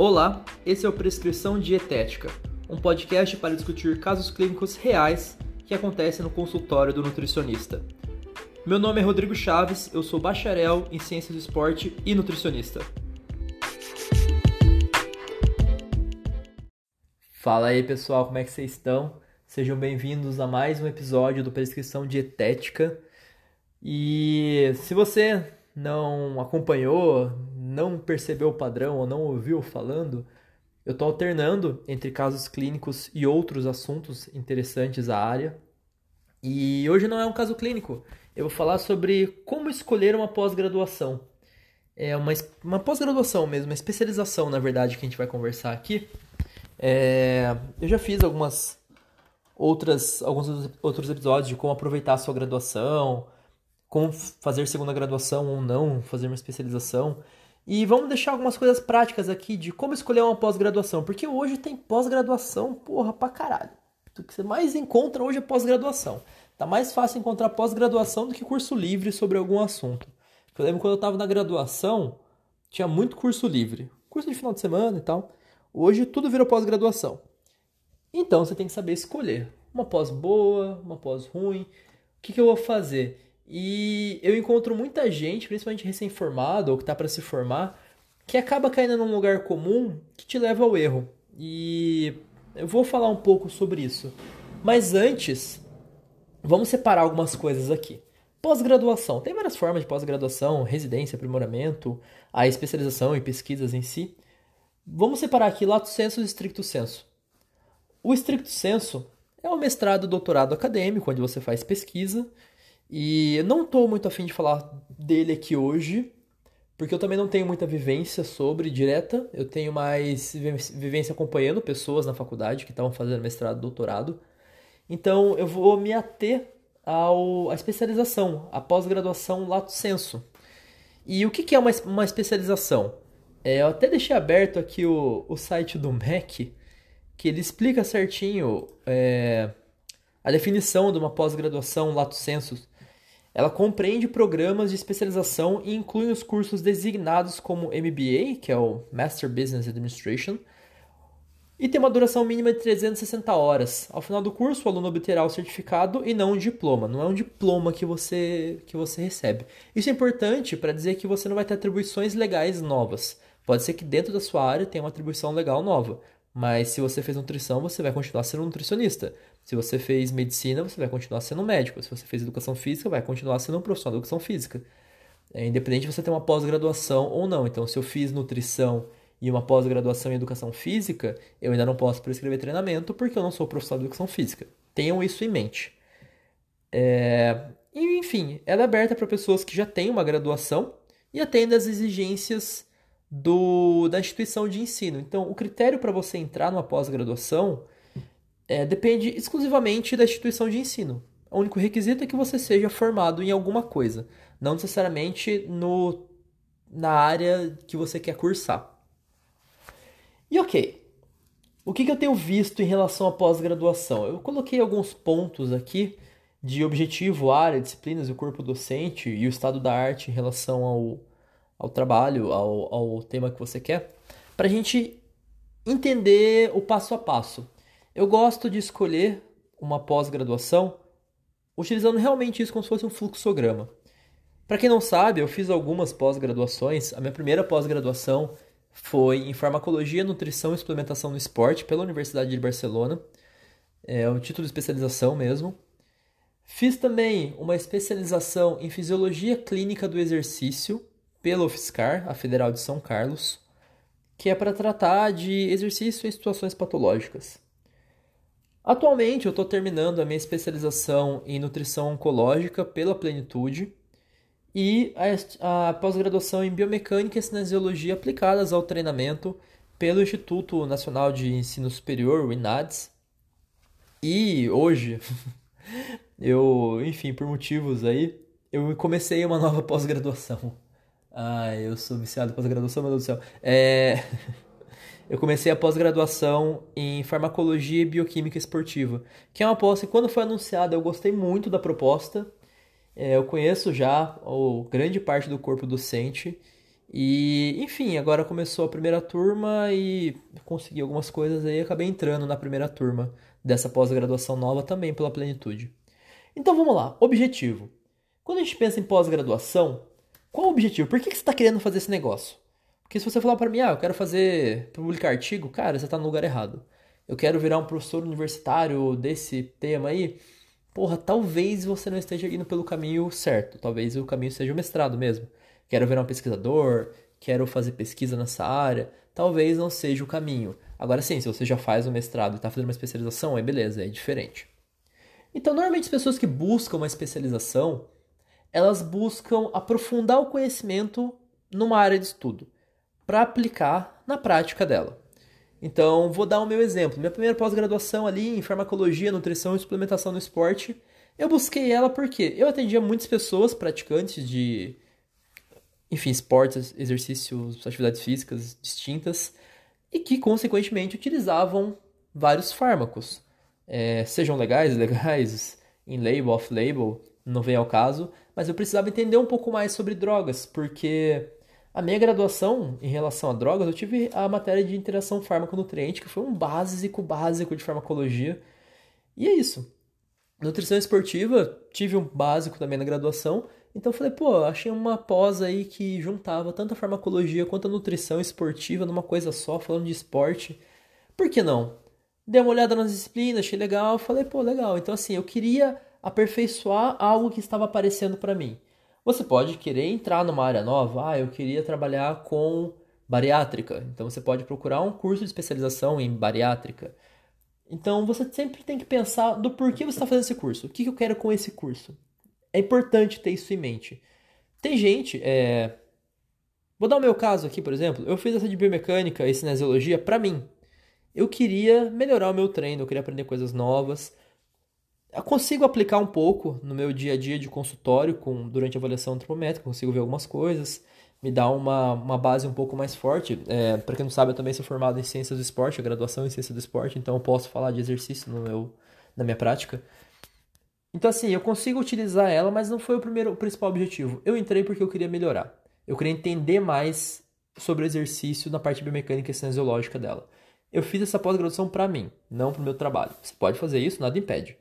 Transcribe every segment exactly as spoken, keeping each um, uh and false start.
Olá, esse é o Prescrição Dietética, um podcast para discutir casos clínicos reais que acontecem no consultório do nutricionista. Meu nome é Rodrigo Chaves, eu sou bacharel em Ciências do Esporte e nutricionista. Fala aí pessoal, como é que vocês estão? Sejam bem-vindos a mais um episódio do Prescrição Dietética. E se você não acompanhou, não percebeu o padrão ou não ouviu falando, eu estou alternando entre casos clínicos e outros assuntos interessantes à área. E hoje não é um caso clínico, eu vou falar sobre como escolher uma pós-graduação. É uma, uma pós-graduação mesmo, uma especialização, na verdade, que a gente vai conversar aqui. É, eu já fiz algumas outras, alguns outros episódios de como aproveitar a sua graduação, como fazer segunda graduação ou não, fazer uma especialização. E vamos deixar algumas coisas práticas aqui de como escolher uma pós-graduação, porque hoje tem pós-graduação, porra, pra caralho. O que você mais encontra hoje é pós-graduação. Tá mais fácil encontrar pós-graduação do que curso livre sobre algum assunto. Eu lembro quando eu tava na graduação, tinha muito curso livre. Curso de final de semana e tal. Hoje tudo virou pós-graduação. Então você tem que saber escolher. Uma pós boa, uma pós ruim. O que, que eu vou fazer? E eu encontro muita gente, principalmente recém-formado ou que está para se formar, que acaba caindo num lugar comum que te leva ao erro. E eu vou falar um pouco sobre isso. Mas antes, vamos separar algumas coisas aqui. Pós-graduação. Tem várias formas de pós-graduação, residência, aprimoramento, a especialização e pesquisas em si. Vamos separar aqui lato sensu e stricto sensu. O stricto sensu é o mestrado e doutorado acadêmico, onde você faz pesquisa. E eu não estou muito afim de falar dele aqui hoje, porque eu também não tenho muita vivência sobre direta. Eu tenho mais vivência acompanhando pessoas na faculdade que estavam fazendo mestrado e doutorado. Então eu vou me ater ao, à especialização, à pós-graduação lato sensu. E o que, que é uma, uma especialização? É, eu até deixei aberto aqui o, o site do M E C, que ele explica certinho é, a definição de uma pós-graduação lato sensu. Ela compreende programas de especialização e inclui os cursos designados como M B A, que é o Master Business Administration, e tem uma duração mínima de trezentas e sessenta horas. Ao final do curso, o aluno obterá o certificado e não um diploma. Não é um diploma que você, que você recebe. Isso é importante para dizer que você não vai ter atribuições legais novas. Pode ser que dentro da sua área tenha uma atribuição legal nova, mas se você fez nutrição, você vai continuar sendo um nutricionista. Se você fez medicina, você vai continuar sendo um médico. Se você fez educação física, vai continuar sendo um profissional de educação física. É independente de você ter uma pós-graduação ou não. Então, se eu fiz nutrição e uma pós-graduação em educação física, eu ainda não posso prescrever treinamento porque eu não sou profissional de educação física. Tenham isso em mente. É... E, enfim, ela é aberta para pessoas que já têm uma graduação e atendem às exigências do... da instituição de ensino. Então, o critério para você entrar numa pós-graduação É, depende exclusivamente da instituição de ensino. O único requisito é que você seja formado em alguma coisa, não necessariamente no, na área que você quer cursar. E ok, o que, que eu tenho visto em relação à pós-graduação? Eu coloquei alguns pontos aqui de objetivo, área, disciplinas, o corpo docente e o estado da arte em relação ao, ao trabalho, ao, ao tema que você quer, para a gente entender o passo a passo. Eu gosto de escolher uma pós-graduação utilizando realmente isso como se fosse um fluxograma. Para quem não sabe, eu fiz algumas pós-graduações. A minha primeira pós-graduação foi em Farmacologia, Nutrição e Suplementação no Esporte pela Universidade de Barcelona. É o título de especialização mesmo. Fiz também uma especialização em Fisiologia Clínica do Exercício pela UFSCar, a Federal de São Carlos, que é para tratar de exercício em situações patológicas. Atualmente eu estou terminando a minha especialização em nutrição oncológica pela Plenitude e a, a pós-graduação em biomecânica e cinesiologia aplicadas ao treinamento pelo Instituto Nacional de Ensino Superior, o INADS. E hoje, eu, enfim, por motivos aí, eu comecei uma nova pós-graduação. Ai, eu sou viciado em pós-graduação, meu Deus do céu. É... Eu comecei a pós-graduação em Farmacologia e Bioquímica Esportiva, que é uma pós que, quando foi anunciada, eu gostei muito da proposta. É, eu conheço já o, grande parte do corpo docente E, enfim, agora começou a primeira turma e consegui algumas coisas aí e acabei entrando na primeira turma dessa pós-graduação nova também pela Plenitude. Então vamos lá, objetivo. Quando a gente pensa em pós-graduação, qual o objetivo? Por que que você está querendo fazer esse negócio? Porque se você falar para mim, ah, eu quero fazer, publicar artigo, cara, você está no lugar errado. Eu quero virar um professor universitário desse tema aí, porra, talvez você não esteja indo pelo caminho certo. Talvez o caminho seja o mestrado mesmo. Quero virar um pesquisador, quero fazer pesquisa nessa área. Talvez não seja o caminho. Agora sim, se você já faz o mestrado e está fazendo uma especialização, é beleza, é diferente. Então, normalmente as pessoas que buscam uma especialização, elas buscam aprofundar o conhecimento numa área de estudo, para aplicar na prática dela. Então, vou dar o meu exemplo. Minha primeira pós-graduação ali em farmacologia, nutrição e suplementação no esporte, eu busquei ela porque eu atendia muitas pessoas praticantes de, enfim, esportes, exercícios, atividades físicas distintas e que, consequentemente, utilizavam vários fármacos. É, sejam legais, ilegais, in label, off label, não vem ao caso, mas eu precisava entender um pouco mais sobre drogas, porque a minha graduação em relação a drogas, eu tive a matéria de interação fármaco-nutriente, que foi um básico básico de farmacologia, e é isso. Nutrição esportiva, tive um básico também na graduação, então eu falei, pô, achei uma pós aí que juntava tanto a farmacologia quanto a nutrição esportiva numa coisa só, falando de esporte. Por que não? Dei uma olhada nas disciplinas, achei legal, falei, pô, legal. Então, assim, eu queria aperfeiçoar algo que estava aparecendo para mim. Você pode querer entrar numa área nova, ah, eu queria trabalhar com bariátrica. Então, você pode procurar um curso de especialização em bariátrica. Então, você sempre tem que pensar do porquê você está fazendo esse curso. O que eu quero com esse curso? É importante ter isso em mente. Tem gente, é... vou dar o meu caso aqui, por exemplo. Eu fiz essa de biomecânica e cinesiologia para mim. Eu queria melhorar o meu treino, eu queria aprender coisas novas. Eu consigo aplicar um pouco no meu dia a dia de consultório com, durante a avaliação antropométrica, consigo ver algumas coisas, me dá uma, uma base um pouco mais forte. É, para quem não sabe, eu também sou formado em Ciências do Esporte, a graduação em Ciências do Esporte, então eu posso falar de exercício no meu, na minha prática. Então assim, eu consigo utilizar ela, mas não foi o primeiro, o principal objetivo. Eu entrei porque eu queria melhorar. Eu queria entender mais sobre o exercício na parte biomecânica e cinesiológica dela. Eu fiz essa pós-graduação para mim, não para o meu trabalho. Você pode fazer isso, nada impede.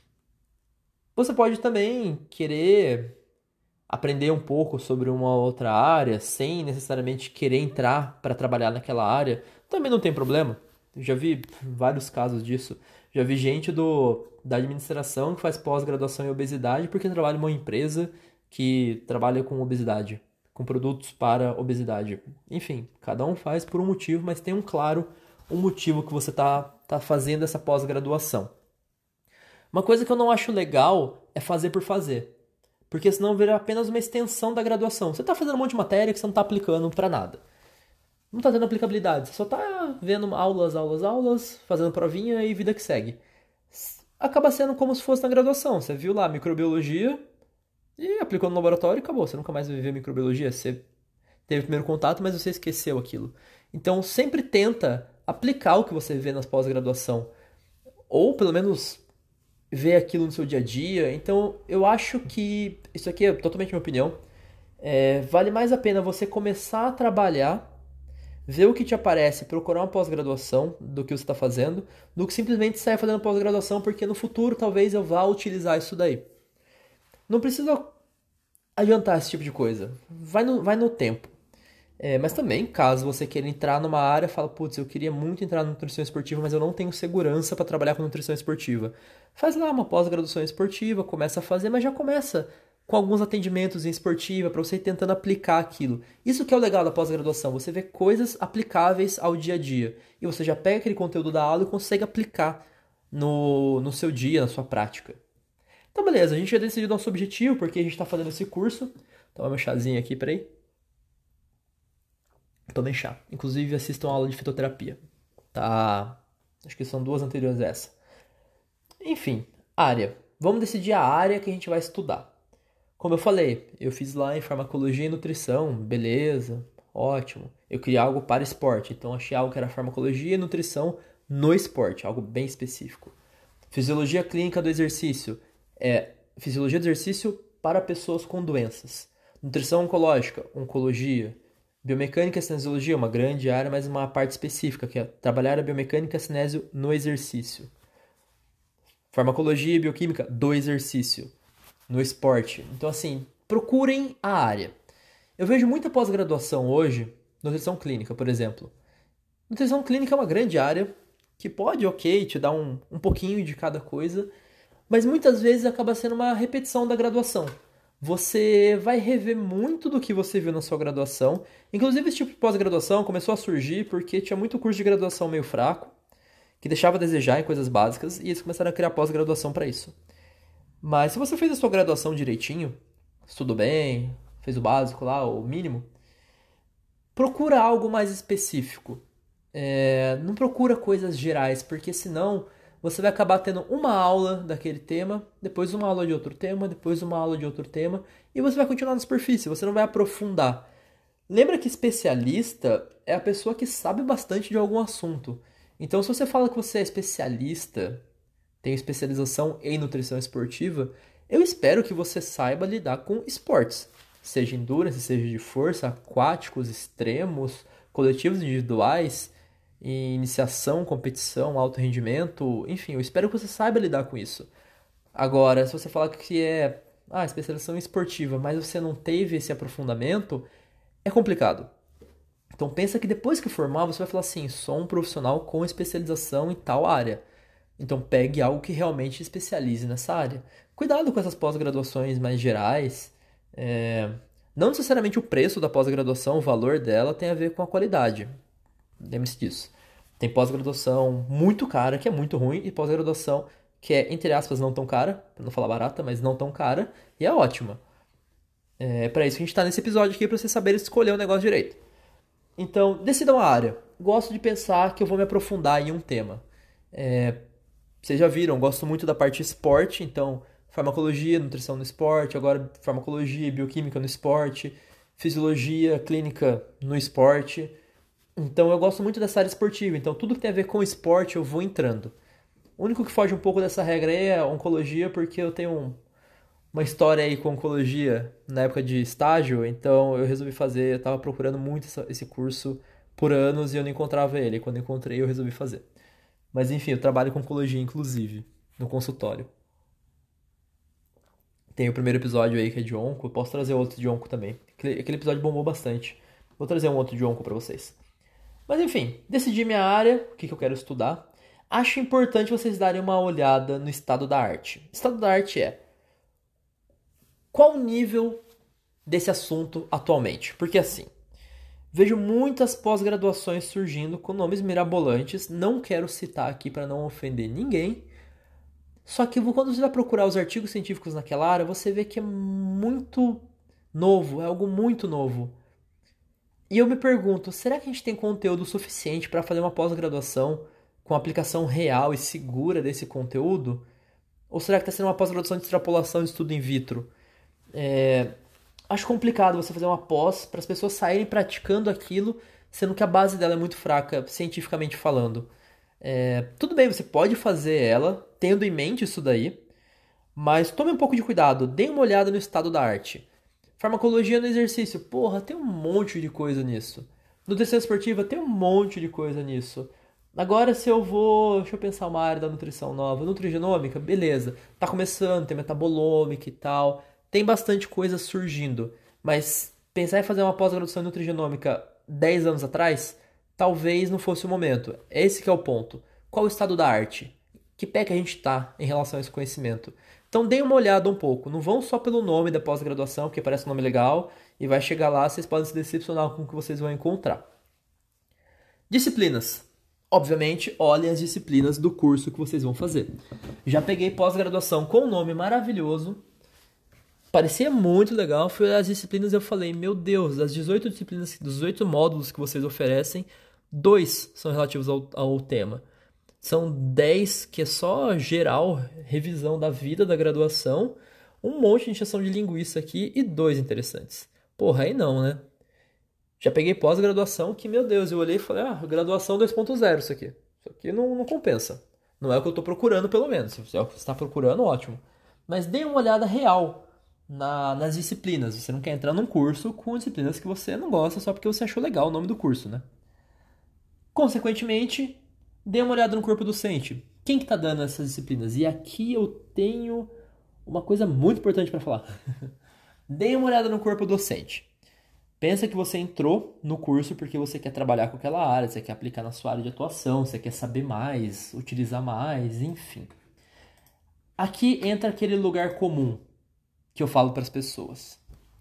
Você pode também querer aprender um pouco sobre uma outra área, sem necessariamente querer entrar para trabalhar naquela área. Também não tem problema. Eu já vi vários casos disso. Já vi gente do, da administração que faz pós-graduação em obesidade porque trabalha em uma empresa que trabalha com obesidade, com produtos para obesidade. Enfim, cada um faz por um motivo, mas tem um claro um motivo que você está tá fazendo essa pós-graduação. Uma coisa que eu não acho legal é fazer por fazer, porque senão vira apenas uma extensão da graduação. Você está fazendo um monte de matéria que você não está aplicando para nada. Não está tendo aplicabilidade, você só está vendo aulas, aulas, aulas, fazendo provinha e vida que segue. Acaba sendo como se fosse na graduação. Você viu lá microbiologia e aplicou no laboratório e acabou. Você nunca mais vai viver microbiologia. Você teve o primeiro contato, mas você esqueceu aquilo. Então sempre tenta aplicar o que você vê nas pós-graduação, ou pelo menos ver aquilo no seu dia a dia. Então eu acho que, isso aqui é totalmente minha opinião, é, vale mais a pena você começar a trabalhar, ver o que te aparece, procurar uma pós-graduação do que você está fazendo, do que simplesmente sair fazendo pós-graduação porque no futuro talvez eu vá utilizar isso daí. Não precisa adiantar esse tipo de coisa, vai no, vai no tempo. É, mas também, caso você queira entrar numa área, fala, putz, eu queria muito entrar na nutrição esportiva, mas eu não tenho segurança para trabalhar com nutrição esportiva. Faz lá uma pós-graduação esportiva, começa a fazer, mas já começa com alguns atendimentos em esportiva, para você ir tentando aplicar aquilo. Isso que é o legal da pós-graduação, você vê coisas aplicáveis ao dia a dia. E você já pega aquele conteúdo da aula e consegue aplicar no, no seu dia, na sua prática. Então beleza, a gente já decidiu nosso objetivo, porque a gente está fazendo esse curso. Toma meu chazinho aqui, peraí. Tomem chá. Inclusive, assistam a aula de fitoterapia. Tá? Acho que são duas anteriores a essa. Enfim, área. Vamos decidir a área que a gente vai estudar. Como eu falei, eu fiz lá em farmacologia e nutrição. Beleza, ótimo. Eu queria algo para esporte. Então, achei algo que era farmacologia e nutrição no esporte. Algo bem específico. Fisiologia clínica do exercício. É fisiologia do exercício para pessoas com doenças. Nutrição oncológica. Oncologia. Biomecânica e cinesiologia, uma grande área, mas uma parte específica, que é trabalhar a biomecânica e cinésio no exercício. Farmacologia e bioquímica do exercício, no esporte. Então, assim, procurem a área. Eu vejo muita pós-graduação hoje, nutrição clínica, por exemplo. Nutrição clínica é uma grande área que pode, ok, te dar um, um pouquinho de cada coisa, mas muitas vezes acaba sendo uma repetição da graduação. Você vai rever muito do que você viu na sua graduação. Inclusive, esse tipo de pós-graduação começou a surgir porque tinha muito curso de graduação meio fraco, que deixava a desejar em coisas básicas, e eles começaram a criar pós-graduação para isso. Mas se você fez a sua graduação direitinho, estudou bem, fez o básico lá, o mínimo, procura algo mais específico. É, não procura coisas gerais, porque senão você vai acabar tendo uma aula daquele tema, depois uma aula de outro tema, depois uma aula de outro tema, e você vai continuar na superfície, você não vai aprofundar. Lembra que especialista é a pessoa que sabe bastante de algum assunto. Então, se você fala que você é especialista, tem especialização em nutrição esportiva, eu espero que você saiba lidar com esportes, seja endurance, seja de força, aquáticos, extremos, coletivos individuais, iniciação, competição, alto rendimento, enfim, eu espero que você saiba lidar com isso. Agora, se você falar que é ah, especialização esportiva, mas você não teve esse aprofundamento, é complicado. Então pensa que depois que formar, você vai falar assim, sou um profissional com especialização em tal área. Então pegue algo que realmente especialize nessa área. Cuidado com essas pós-graduações mais gerais. É... Não necessariamente o preço da pós-graduação, o valor dela tem a ver com a qualidade. Lembre-se disso. Tem pós-graduação muito cara, que é muito ruim, e pós-graduação que é, entre aspas, não tão cara, para não falar barata, mas não tão cara, e é ótima. É para isso que a gente está nesse episódio aqui, para você saber escolher o negócio direito. Então, decidam a área. Gosto de pensar que eu vou me aprofundar em um tema. É, vocês já viram, gosto muito da parte esporte, então farmacologia, nutrição no esporte, agora farmacologia e bioquímica no esporte, fisiologia, clínica no esporte. Então eu gosto muito dessa área esportiva, então tudo que tem a ver com esporte eu vou entrando. O único que foge um pouco dessa regra aí é a oncologia, porque eu tenho um, uma história aí com oncologia na época de estágio, então eu resolvi fazer, eu estava procurando muito essa, esse curso por anos e eu não encontrava ele. E quando eu encontrei, eu resolvi fazer. Mas enfim, eu trabalho com oncologia, inclusive, no consultório. Tem o primeiro episódio aí que é de onco, eu posso trazer outro de onco também. Aquele, aquele episódio bombou bastante. Vou trazer um outro de onco para vocês. Mas enfim, decidi minha área, o que, que eu quero estudar. Acho importante vocês darem uma olhada no estado da arte. O estado da arte é qual o nível desse assunto atualmente? Porque assim, vejo muitas pós-graduações surgindo com nomes mirabolantes. Não quero citar aqui para não ofender ninguém. Só que quando você vai procurar os artigos científicos naquela área, você vê que é muito novo, é algo muito novo. E eu me pergunto, será que a gente tem conteúdo suficiente para fazer uma pós-graduação com aplicação real e segura desse conteúdo? Ou será que está sendo uma pós-graduação de extrapolação de estudo in vitro? É... Acho complicado você fazer uma pós para as pessoas saírem praticando aquilo, sendo que a base dela é muito fraca, cientificamente falando. É... Tudo bem, você pode fazer ela, tendo em mente isso daí, mas tome um pouco de cuidado, dê uma olhada no estado da arte. Farmacologia no exercício, porra, tem um monte de coisa nisso. Nutrição esportiva, tem um monte de coisa nisso. Agora se eu vou, deixa eu pensar uma área da nutrição nova, nutrigenômica, beleza, tá começando, tem metabolômica e tal, tem bastante coisa surgindo, mas pensar em fazer uma pós-graduação em nutrigenômica dez anos atrás, talvez não fosse o momento. Esse que é o ponto. Qual o estado da arte? Que pé que a gente tá em relação a esse conhecimento? Então deem uma olhada um pouco, não vão só pelo nome da pós-graduação, porque parece um nome legal, e vai chegar lá, vocês podem se decepcionar com o que vocês vão encontrar. Disciplinas. Obviamente, olhem as disciplinas do curso que vocês vão fazer. Já peguei pós-graduação com um nome maravilhoso, parecia muito legal, foi as disciplinas eu falei, meu Deus, das dezoito disciplinas, dos dezoito módulos que vocês oferecem, dois são relativos ao, ao tema. São dez que é só geral, revisão da vida da graduação, um monte de injeção de linguiça aqui e dois interessantes. Porra, aí não, né? Já peguei pós-graduação que, meu Deus, eu olhei e falei, ah, graduação dois ponto zero isso aqui. Isso aqui não, não compensa. Não é o que eu estou procurando, pelo menos. Se é o que você está procurando, ótimo. Mas dê uma olhada real na, nas disciplinas. Você não quer entrar num curso com disciplinas que você não gosta só porque você achou legal o nome do curso, né? Consequentemente, dê uma olhada no corpo docente. Quem que tá dando essas disciplinas? E aqui eu tenho uma coisa muito importante para falar. Dê uma olhada no corpo docente. Pensa que você entrou no curso porque você quer trabalhar com aquela área, você quer aplicar na sua área de atuação, você quer saber mais, utilizar mais, enfim. Aqui entra aquele lugar comum que eu falo para as pessoas.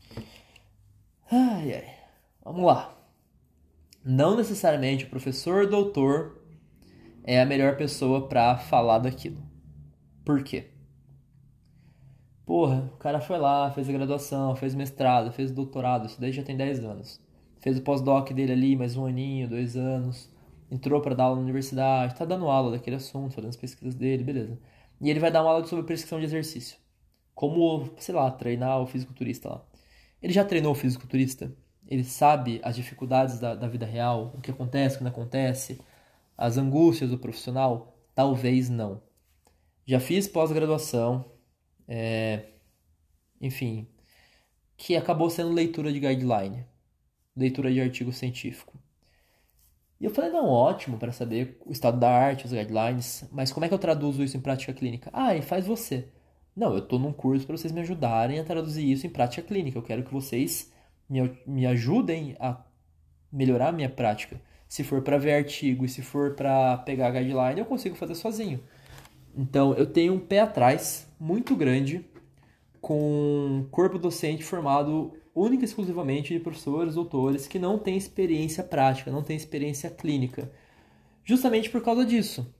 Ai, ai. Vamos lá. Não necessariamente o professor doutor é a melhor pessoa para falar daquilo. Por quê? Porra, o cara foi lá, fez a graduação, fez mestrado, fez doutorado, isso daí já tem dez anos. Fez o pós-doc dele ali, mais um aninho, dois anos. Entrou para dar aula na universidade, tá dando aula daquele assunto, fazendo as pesquisas dele, beleza. E ele vai dar uma aula sobre prescrição de exercício. Como, sei lá, treinar o fisiculturista lá. Ele já treinou o fisiculturista? Ele sabe as dificuldades da, da vida real, o que acontece, o que não acontece, as angústias do profissional? Talvez não. Já fiz pós-graduação, é, enfim, que acabou sendo leitura de guideline, leitura de artigo científico. E eu falei, não, ótimo para saber o estado da arte, os guidelines, mas como é que eu traduzo isso em prática clínica? Ah, e faz você. Não, eu estou num curso para vocês me ajudarem a traduzir isso em prática clínica. Eu quero que vocês me, me ajudem a melhorar a minha prática. Se for para ver artigo e se for para pegar guideline, eu consigo fazer sozinho. Então, eu tenho um pé atrás muito grande com um corpo docente formado única e exclusivamente de professores, doutores que não têm experiência prática, não têm experiência clínica. Justamente por causa disso.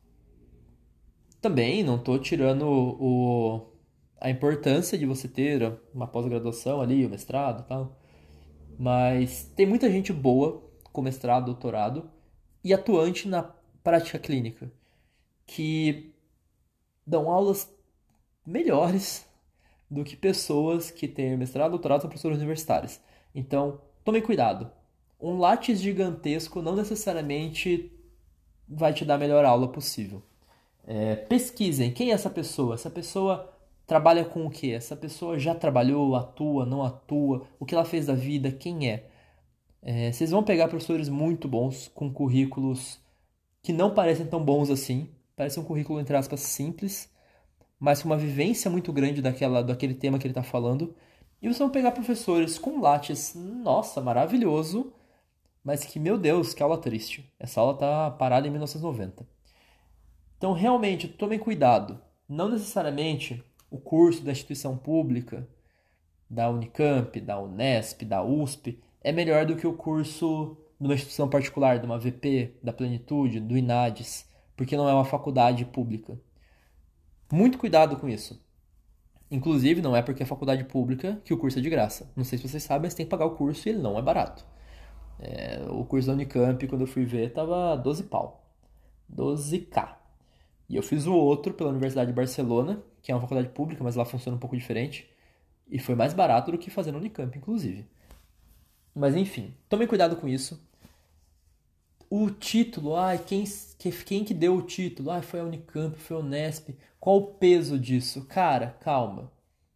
Também não estou tirando o, a importância de você ter uma pós-graduação ali, o mestrado e tal. Mas tem muita gente boa com mestrado, doutorado e atuante na prática clínica que dão aulas melhores do que pessoas que têm mestrado, doutorado, são professores universitários. Então, tome cuidado. Um látis gigantesco não necessariamente vai te dar a melhor aula possível. É, pesquisem quem é essa pessoa. Essa pessoa trabalha com o quê? Essa pessoa já trabalhou, atua, não atua? O que ela fez da vida? Quem é? É, vocês vão pegar professores muito bons, com currículos que não parecem tão bons assim. Parece um currículo, entre aspas, simples, mas com uma vivência muito grande daquela, daquele tema que ele está falando. E vocês vão pegar professores com lattes, nossa, maravilhoso, mas que, meu Deus, que aula triste. Essa aula está parada em mil novecentos e noventa. Então, realmente, tomem cuidado. Não necessariamente o curso da instituição pública, da Unicamp, da Unesp, da U S P, é melhor do que o curso de uma instituição particular, de uma V P, da Plenitude, do INADES, porque não é uma faculdade pública. Muito cuidado com isso. Inclusive, não é porque é faculdade pública que o curso é de graça. Não sei se vocês sabem, mas tem que pagar o curso e ele não é barato. É, o curso da Unicamp, quando eu fui ver, tava doze pau. doze k. E eu fiz o outro pela Universidade de Barcelona, que é uma faculdade pública, mas lá funciona um pouco diferente. E foi mais barato do que fazer na Unicamp, inclusive. Mas enfim, tomem cuidado com isso. O título, ai, quem, quem que deu o título? Ai, foi a Unicamp, foi a Unesp. Qual o peso disso? Cara, calma.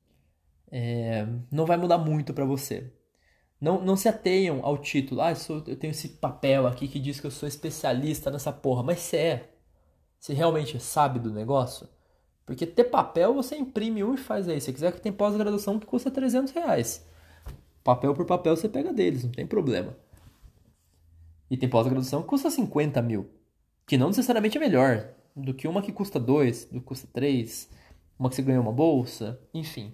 É, não vai mudar muito pra você. Não, não se atenham ao título. Ah, eu, sou, eu tenho esse papel aqui que diz que eu sou especialista nessa porra. Mas você é. Você realmente sabe do negócio? Porque ter papel você imprime um e faz aí. Se você quiser que tem pós-graduação que custa trezentos reais. Papel por papel você pega deles, não tem problema. E tem pós-graduação que custa cinquenta mil. Que não necessariamente é melhor do que uma que custa dois, do que custa três, uma que você ganhou uma bolsa, enfim.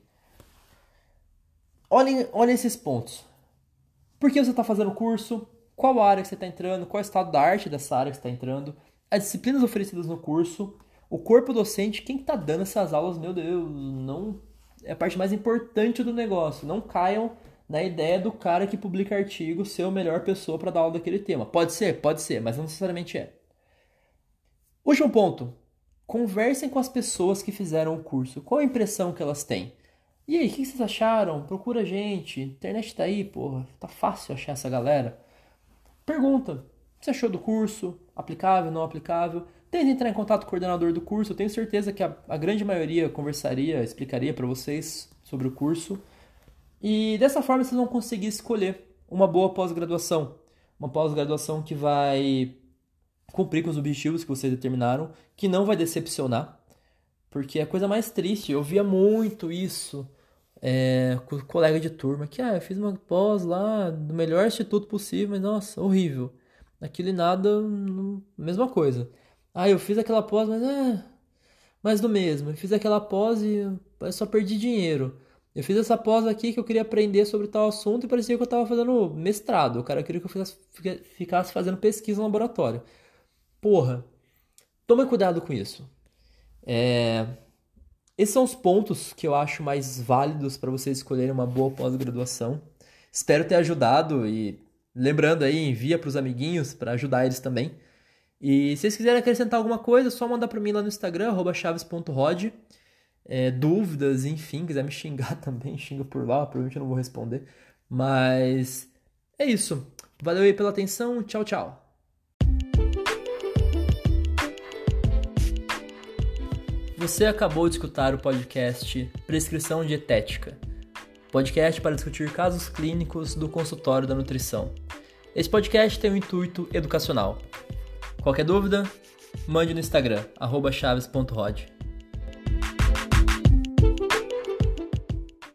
Olhem, olhem esses pontos. Por que você está fazendo o curso? Qual área que você está entrando? Qual é o estado da arte dessa área que você está entrando? As disciplinas oferecidas no curso, o corpo docente, quem está dando essas aulas, meu Deus, não é a parte mais importante do negócio. Não caiam na ideia do cara que publica artigo ser a melhor pessoa para dar aula daquele tema. Pode ser? Pode ser, mas não necessariamente é. Último ponto. Conversem com as pessoas que fizeram o curso. Qual a impressão que elas têm? E aí, o que vocês acharam? Procura a gente. A internet tá aí, porra. Tá fácil achar essa galera. Pergunta. O que você achou do curso? Aplicável, não aplicável? tente entrar em contato com o coordenador do curso. Eu tenho certeza que a, a grande maioria conversaria, explicaria para vocês sobre o curso. E dessa forma vocês vão conseguir escolher uma boa pós-graduação. Uma pós-graduação que vai cumprir com os objetivos que vocês determinaram, que não vai decepcionar. Porque é a coisa mais triste, eu via muito isso é, com o colega de turma, que ah, eu fiz uma pós lá no melhor instituto possível, mas nossa, horrível. Aquilo e nada, mesma coisa. Ah, eu fiz aquela pós, mas é mais do mesmo. Eu fiz aquela pós e eu só perdi dinheiro. Eu fiz essa pós aqui que eu queria aprender sobre tal assunto e parecia que eu estava fazendo mestrado. O cara queria que eu fizesse, ficasse fazendo pesquisa no laboratório. Porra, tome cuidado com isso. É... Esses são os pontos que eu acho mais válidos para vocês escolherem uma boa pós-graduação. Espero ter ajudado e lembrando aí, envia para os amiguinhos para ajudar eles também. E se vocês quiserem acrescentar alguma coisa, é só mandar para mim lá no Instagram, arroba chaves ponto rod. É, dúvidas, enfim, quiser me xingar também, xinga por lá, provavelmente eu não vou responder. Mas é isso. Valeu aí pela atenção, tchau, tchau. Você acabou de escutar o podcast Prescrição Dietética, podcast para discutir casos clínicos do consultório da nutrição. Esse podcast tem um intuito educacional. Qualquer dúvida, mande no Instagram, arroba chaves ponto rod.